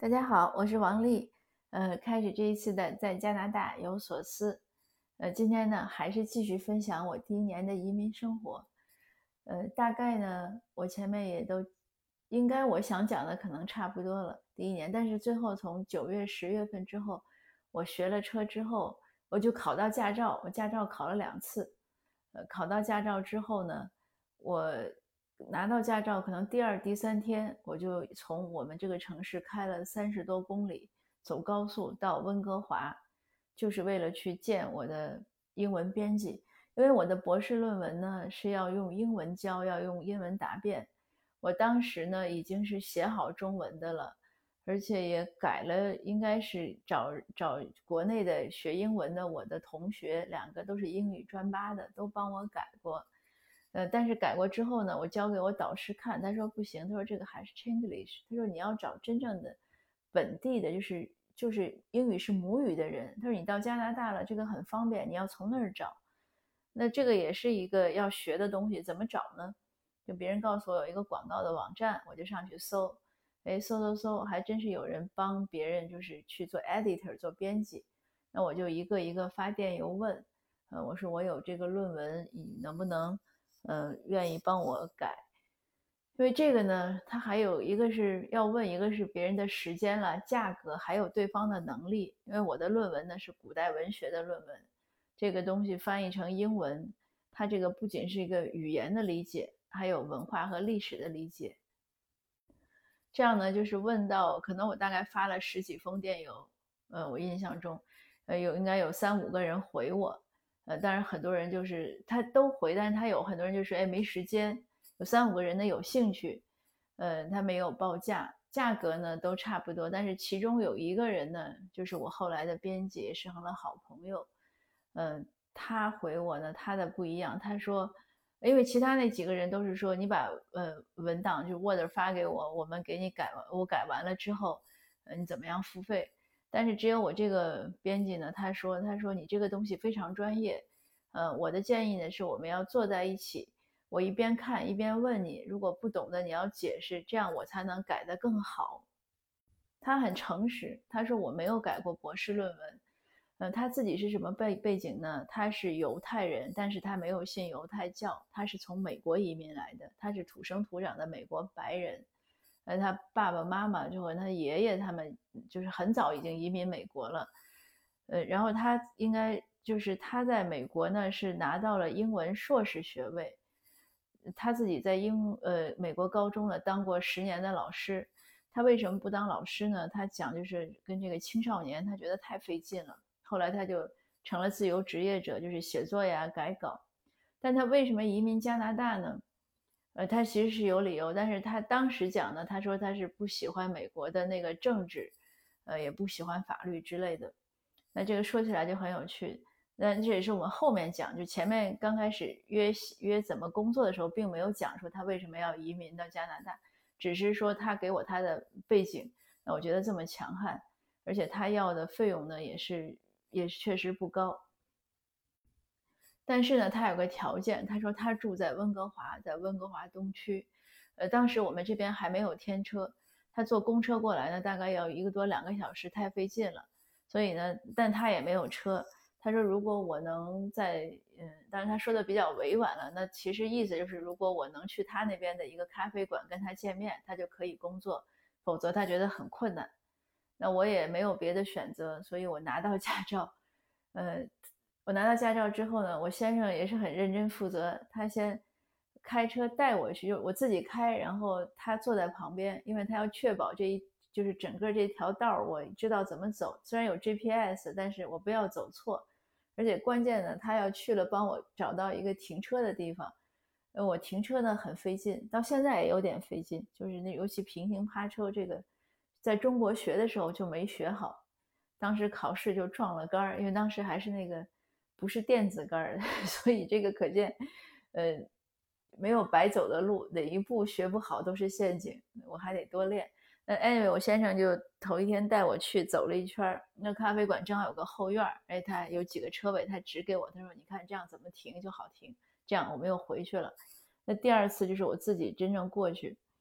大家好，我是王丽。开始这一次的在加拿大有所思。今天呢还是继续分享我第一年的移民生活。大概呢我前面也都应该我想讲的可能差不多了。第一年，但是最后从9月、10月份之后，我学了车之后，我就考到驾照，我驾照考了2次。考到驾照之后呢，我拿到驾照可能第2、第3天，我就从我们这个城市开了30多公里，走高速到温哥华，就是为了去见我的英文编辑。因为我的博士论文呢是要用英文交，要用英文答辩。我当时呢已经是写好中文的了，而且也改了，应该是找国内的学英文的我的同学，2个都是英语专8的，都帮我改过。但是改过之后呢，我交给我导师看，他说不行，他说这个还是 Chinglish， 他说你要找真正的本地的，就是英语是母语的人。他说你到加拿大了，这个很方便，你要从那儿找。那这个也是一个要学的东西，怎么找呢？就别人告诉我有一个广告的网站，我就上去搜，搜，还真是有人帮别人就是去做 editor 做编辑。那我就一个一个发电邮问，我说我有这个论文，你能不能愿意帮我改？因为这个呢，它还有一个是要问，一个是别人的时间了、价格，还有对方的能力。因为我的论文呢是古代文学的论文，这个东西翻译成英文，它这个不仅是一个语言的理解，还有文化和历史的理解。这样呢，就是问到，可能我大概发了10几封电邮，我印象中，应该有3、5个人回我，当然很多人就是他都回，但是他有很多人就说，哎，没时间。有3、5个人呢有兴趣，他没有报价，价格呢都差不多，但是其中有一个人呢，就是我后来的编辑，也是成了好朋友，他回我呢，他的不一样，他说，因为其他那几个人都是说你把文档就 Word 发给我，我们给你改完，我改完了之后，你怎么样付费？但是只有我这个编辑呢，他说你这个东西非常专业，我的建议呢是我们要坐在一起，我一边看一边问你，如果不懂的你要解释，这样我才能改得更好。他很诚实，他说我没有改过博士论文。他自己是什么背景呢？他是犹太人，但是他没有信犹太教，他是从美国移民来的，他是土生土长的美国白人。他爸爸妈妈就和他爷爷他们就是很早已经移民美国了。然后他应该就是他在美国呢是拿到了英文硕士学位。他自己在美国高中呢当过10年的老师。他为什么不当老师呢？他讲就是跟这个青少年，他觉得太费劲了。后来他就成了自由职业者，就是写作呀、改稿。但他为什么移民加拿大呢？他其实是有理由，但是他当时讲呢，他说他是不喜欢美国的那个政治，也不喜欢法律之类的。那这个说起来就很有趣。那这也是我们后面讲，就前面刚开始约怎么工作的时候，并没有讲说他为什么要移民到加拿大，只是说他给我他的背景。那我觉得这么强悍，而且他要的费用呢也确实不高。但是呢，他有个条件，他说他住在温哥华，在温哥华东区。当时我们这边还没有天车，他坐公车过来呢，大概要1个多2个小时，太费劲了。所以呢，但他也没有车。他说如果我能在，当然他说的比较委婉了，那其实意思就是如果我能去他那边的一个咖啡馆跟他见面，他就可以工作，否则他觉得很困难。那我也没有别的选择，所以我拿到驾照。我拿到驾照之后呢，我先生也是很认真负责，他先开车带我去，就我自己开，然后他坐在旁边，因为他要确保就是整个这条道我知道怎么走，虽然有 GPS， 但是我不要走错。而且关键呢，他要去了帮我找到一个停车的地方。我停车呢很费劲，到现在也有点费劲，就是尤其平行趴车这个，在中国学的时候就没学好，当时考试就撞了杆，因为当时还是那个不是电子杆，所以这个可见，没有白走的路，哪一步学不好都是陷阱，我还得多练。那 anyway， 我先生就头一天带我去走了一圈，那咖啡馆正好有个后院，他有几个车位，他指给我，他说你看这样怎么停就好停。这样我们又回去了。那第2次就是我自己真正过去，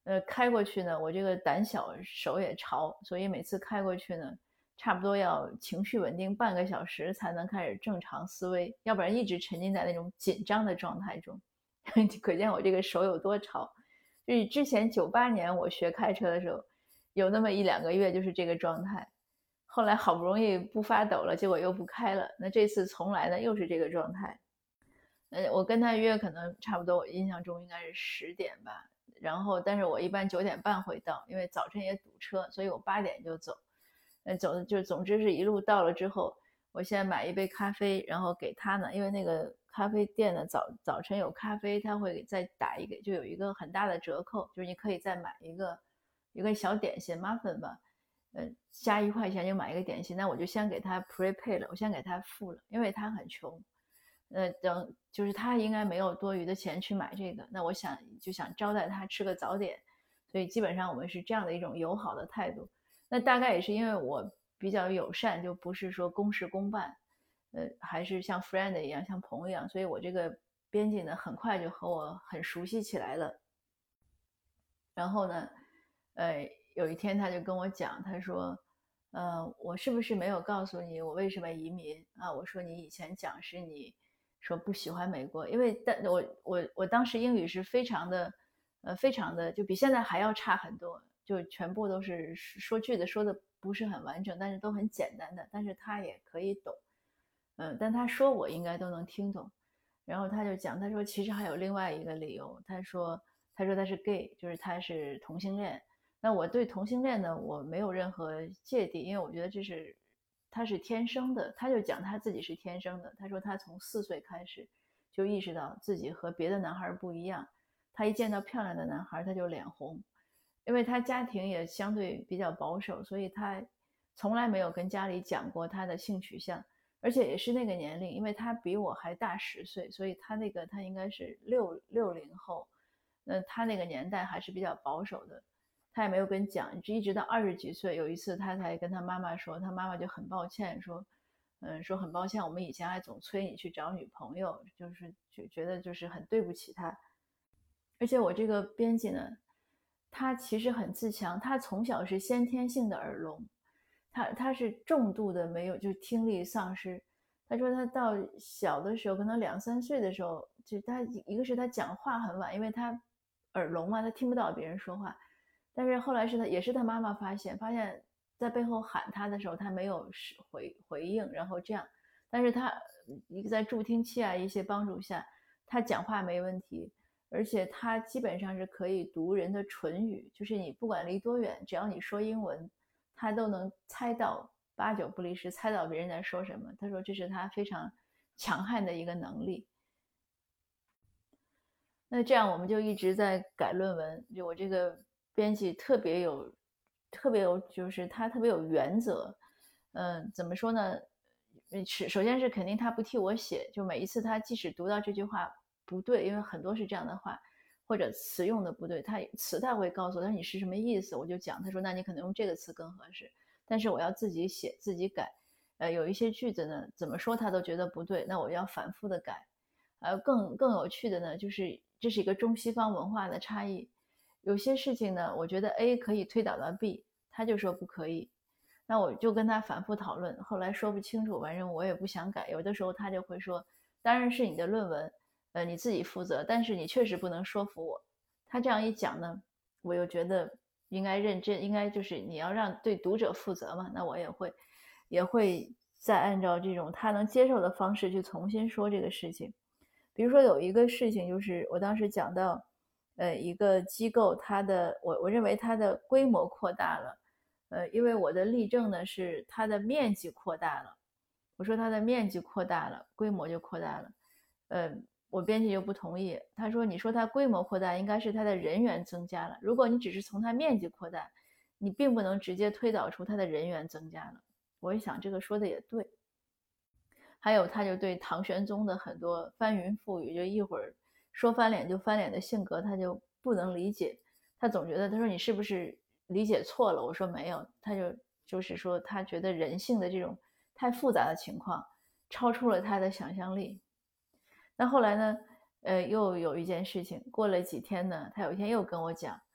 开过去呢，我这个胆小手也潮，所以每次开过去呢，差不多要情绪稳定半个小时才能开始正常思维，要不然一直沉浸在那种紧张的状态中。可见我这个手有多潮。就是之前98年我学开车的时候，有那么1-2个月就是这个状态，后来好不容易不发抖了，结果又不开了。那这次重来呢，又是这个状态。我跟他约可能差不多，我印象中应该是10点吧。然后，但是我一般9点半会到，因为早晨也堵车，所以我8点就走。走的就总之是一路到了之后，我先买一杯咖啡，然后给他呢，因为那个咖啡店呢早晨有咖啡，他会再打一个，就有一个很大的折扣，就是你可以再买一个小点心 muffin 吧，加1块钱就买一个点心。那我就先给他 prepay 了，我先给他付了，因为他很穷。等就是他应该没有多余的钱去买这个，那我想招待他吃个早点，所以基本上我们是这样的一种友好的态度。那大概也是因为我比较友善，就不是说公事公办，还是像 friend 一样，像朋友一样，所以我这个编辑呢很快就和我很熟悉起来了。然后呢，有一天他就跟我讲，他说，我是不是没有告诉你我为什么移民啊？我说你以前讲是你说不喜欢美国，因为我当时英语是非常的，非常的就比现在还要差很多，就全部都是说句子说的不是很完整，但是都很简单的，但是他也可以懂，但他说我应该都能听懂。然后他就讲，他说其实还有另外一个理由，他说他是 gay， 就是他是同性恋。那我对同性恋呢，我没有任何芥蒂，因为我觉得他是天生的。他就讲他自己是天生的，他说他从4岁开始就意识到自己和别的男孩不一样，他一见到漂亮的男孩他就脸红，因为他家庭也相对比较保守，所以他从来没有跟家里讲过他的性取向。而且也是那个年龄，因为他比我还大10岁，所以他应该是60后，那他那个年代还是比较保守的，他也没有跟讲，一直到20几岁，有一次他才跟他妈妈说，他妈妈就很抱歉说，说很抱歉，我们以前还总催你去找女朋友，就是觉得就是很对不起他。而且我这个编辑呢，他其实很自强，他从小是先天性的耳聋，他是重度的没有，就是听力丧失。他说他到小的时候，可能2-3岁的时候，就他一个是他讲话很晚，因为他耳聋嘛，他听不到别人说话。但是后来也是他妈妈发现在背后喊他的时候，他没有回应，然后这样，但是他一个在助听器啊一些帮助下，他讲话没问题。而且他基本上是可以读人的唇语，就是你不管离多远，只要你说英文，他都能猜到8-9不离10，猜到别人在说什么。他说这是他非常强悍的一个能力。那这样我们就一直在改论文，就我这个编辑特别有，就是他特别有原则。怎么说呢？首先是肯定他不替我写，就每一次他即使读到这句话不对，因为很多是这样的话，或者词用的不对，他会告诉我，他说你是什么意思，我就讲，他说那你可能用这个词更合适，但是我要自己写自己改。有一些句子呢，怎么说他都觉得不对，那我要反复的改。更有趣的呢，就是这是一个中西方文化的差异。有些事情呢，我觉得 A 可以推导到 B，他就说不可以。那我就跟他反复讨论，后来说不清楚，反正我也不想改。有的时候他就会说，当然是你的论文，你自己负责，但是你确实不能说服我。他这样一讲呢，我又觉得应该认真，应该就是你要让对读者负责嘛。那我也会再按照这种他能接受的方式去重新说这个事情。比如说有一个事情，就是我当时讲到，一个机构，我认为它的规模扩大了，因为我的例证呢是它的面积扩大了，我说它的面积扩大了，规模就扩大了，我编辑就不同意，他说你说它规模扩大，应该是它的人员增加了，如果你只是从它面积扩大，你并不能直接推导出它的人员增加了。我一想这个说的也对。还有他就对唐玄宗的很多翻云覆雨，就一会儿说翻脸就翻脸的性格，他就不能理解。他总觉得，他说你是不是理解错了？我说没有，就是说他觉得人性的这种太复杂的情况超出了他的想象力。那后来呢，又有一件事情，过了几天呢，他有一天又跟我讲，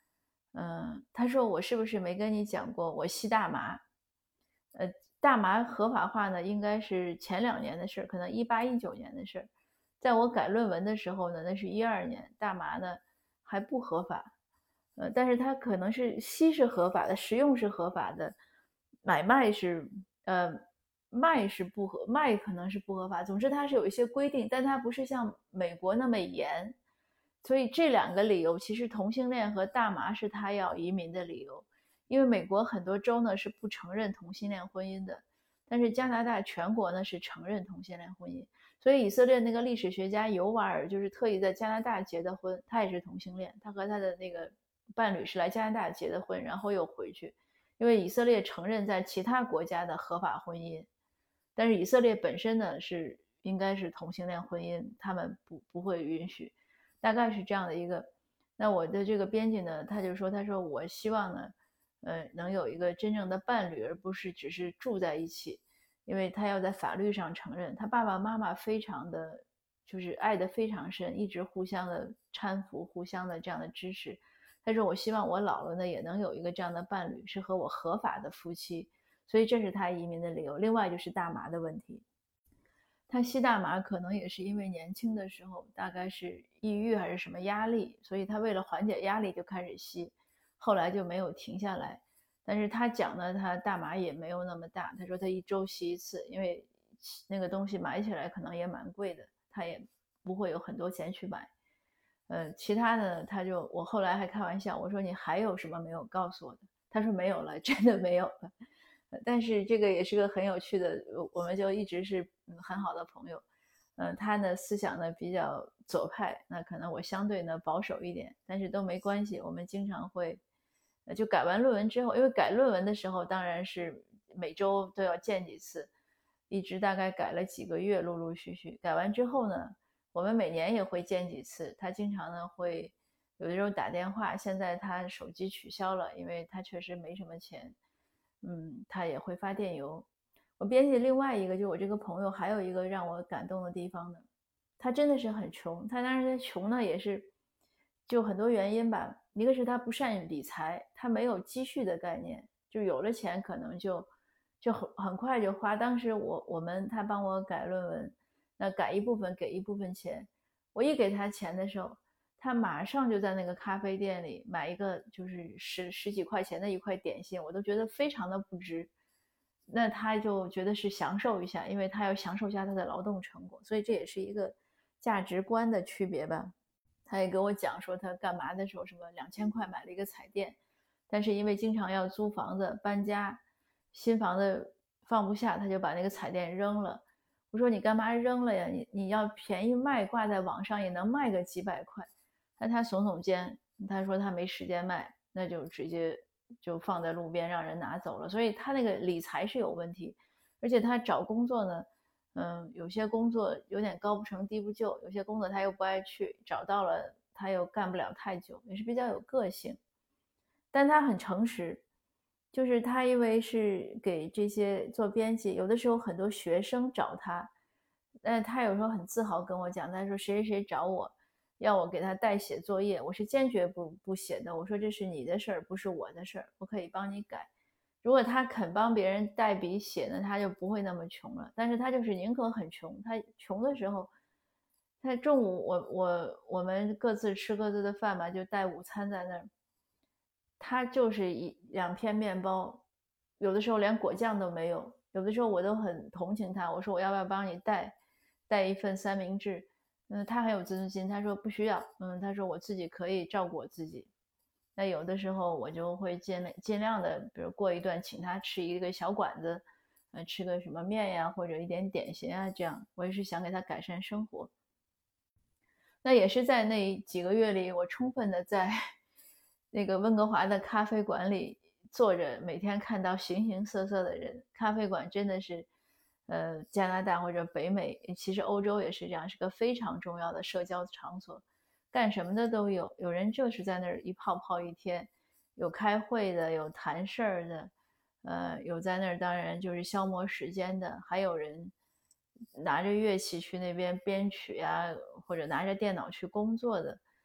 他说我是不是没跟你讲过我吸大麻？大麻合法化呢，应该是前2年的事，可能18、19年的事。在我改论文的时候呢，那是12年，大麻呢还不合法。但是它可能是吸是合法的，食用是合法的，买卖是卖是不合，卖可能是不合法。总之它是有一些规定，但它不是像美国那么严。所以这2个理由，其实同性恋和大麻是他要移民的理由。因为美国很多州呢是不承认同性恋婚姻的，但是加拿大全国呢是承认同性恋婚姻。所以以色列那个历史学家尤瓦尔就是特意在加拿大结的婚，他也是同性恋，他和他的那个伴侣是来加拿大结的婚，然后又回去。因为以色列承认在其他国家的合法婚姻，但是以色列本身呢是应该是同性恋婚姻，他们不会允许，大概是这样的一个。那我的这个编辑呢，他说我希望呢，能有一个真正的伴侣，而不是只是住在一起，因为他要在法律上承认，他爸爸妈妈非常的就是爱得非常深，一直互相的搀扶，互相的这样的支持。他说我希望我老了呢也能有一个这样的伴侣，是和我合法的夫妻，所以这是他移民的理由。另外就是大麻的问题，他吸大麻可能也是因为年轻的时候大概是抑郁还是什么压力，所以他为了缓解压力就开始吸，后来就没有停下来。但是他讲呢，他大麻也没有那么大，他说他1周吸1次，因为那个东西买起来可能也蛮贵的，他也不会有很多钱去买。其他的我后来还开玩笑，我说你还有什么没有告诉我的？他说没有了，真的没有了。但是这个也是个很有趣的，我们就一直是很好的朋友。他呢思想呢比较左派，那可能我相对呢保守一点，但是都没关系。我们经常会，就改完论文之后，因为改论文的时候当然是每周都要见几次，一直大概改了几个月，陆陆续续改完之后呢，我们每年也会见几次。他经常呢会有的时候打电话，现在他手机取消了，因为他确实没什么钱。他也会发电邮。我编辑另外一个，就我这个朋友，还有一个让我感动的地方呢，他真的是很穷，他当然穷呢也是就很多原因吧。一个是他不善于理财，他没有积蓄的概念，就有了钱可能就很快就花。当时他帮我改论文，那改一部分给一部分钱，我一给他钱的时候，他马上就在那个咖啡店里买一个就是十几块钱的一块点心，我都觉得非常的不值。那他就觉得是享受一下，因为他要享受一下他的劳动成果，所以这也是一个价值观的区别吧。他也给我讲说他干嘛的时候，什么2000块买了一个彩电，但是因为经常要租房子搬家，新房子放不下，他就把那个彩电扔了。我说你干嘛扔了呀？你要便宜卖，挂在网上也能卖个几百块。但他耸耸肩，他说他没时间卖，那就直接就放在路边让人拿走了。所以他那个理财是有问题，而且他找工作呢，有些工作有点高不成低不就，有些工作他又不爱去，找到了他又干不了太久，也是比较有个性。但他很诚实，就是他因为是给这些做编辑，有的时候很多学生找他，但他有时候很自豪跟我讲，他说谁谁谁找我，要我给他代写作业，我是坚决不写的。我说这是你的事儿，不是我的事儿，我可以帮你改。如果他肯帮别人代笔写呢，他就不会那么穷了。但是他就是宁可很穷，他穷的时候，他中午我们各自吃各自的饭嘛，就带午餐在那儿。他就是2片面包，有的时候连果酱都没有，有的时候我都很同情他，我说我要不要帮你带一份三明治？他很有自尊心，他说不需要，他说我自己可以照顾我自己。那有的时候我就会尽量的，比如过一段请他吃一个小馆子，吃个什么面呀，或者一点点心啊，这样我也是想给他改善生活。那也是在那几个月里，我充分的在那个温哥华的咖啡馆里坐着，每天看到形形色色的人。咖啡馆真的是，加拿大或者北美，其实欧洲也是这样，是个非常重要的社交场所，干什么的都有。有人就是在那儿一泡一天，有开会的，有谈事儿的，有在那儿当然就是消磨时间的，还有人拿着乐器去那边编曲呀，或者拿着电脑去工作的。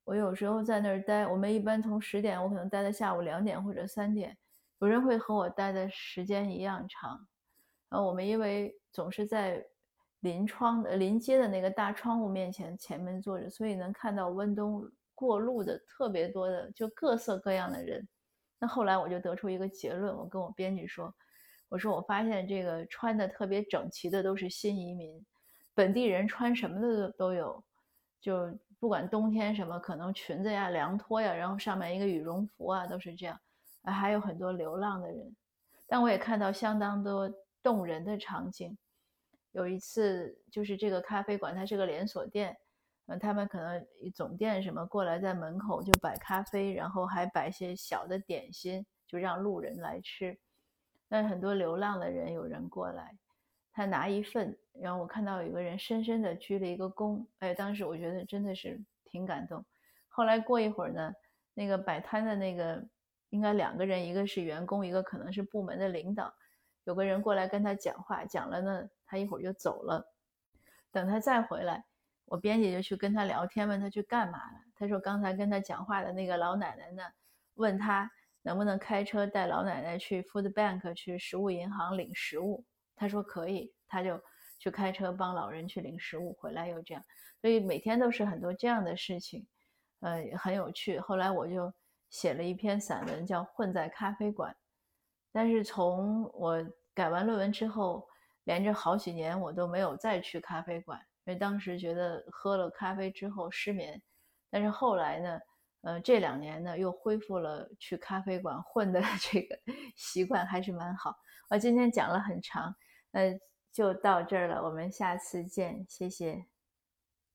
我有时候在那儿待，我们一般从10点，我可能待到下午2点或者3点，有人会和我待的时间一样长。我们因为总是在临街的那个大窗户前面坐着，所以能看到温东过路的特别多的，就各色各样的人。那后来我就得出一个结论，我跟我编辑说，我说我发现这个穿的特别整齐的都是新移民，本地人穿什么的都有，就不管冬天什么，可能裙子呀、凉拖呀，然后上面一个羽绒服啊，都是这样。还有很多流浪的人，但我也看到相当多动人的场景。有一次就是这个咖啡馆，它是个连锁店，他们可能总店什么过来在门口就摆咖啡，然后还摆一些小的点心，就让路人来吃。那很多流浪的人有人过来，他拿一份，然后我看到有个人深深的鞠了一个躬，当时我觉得真的是挺感动。后来过一会儿呢，那个摆摊的那个应该2个人，一个是员工，一个可能是部门的领导，有个人过来跟他讲话，讲了呢，他一会儿就走了。等他再回来，我编辑就去跟他聊天，问他去干嘛了。他说刚才跟他讲话的那个老奶奶呢，问他能不能开车带老奶奶去 Food Bank 去食物银行领食物。他说可以，他就去开车帮老人去领食物，回来又这样。所以每天都是很多这样的事情，很有趣。后来我就写了一篇散文叫《混在咖啡馆》，但是从我改完论文之后，连着好几年我都没有再去咖啡馆，因为当时觉得喝了咖啡之后失眠。但是后来呢，这2年呢又恢复了去咖啡馆混的这个习惯，还是蛮好。我今天讲了很长，就到这儿了，我们下次见，谢谢。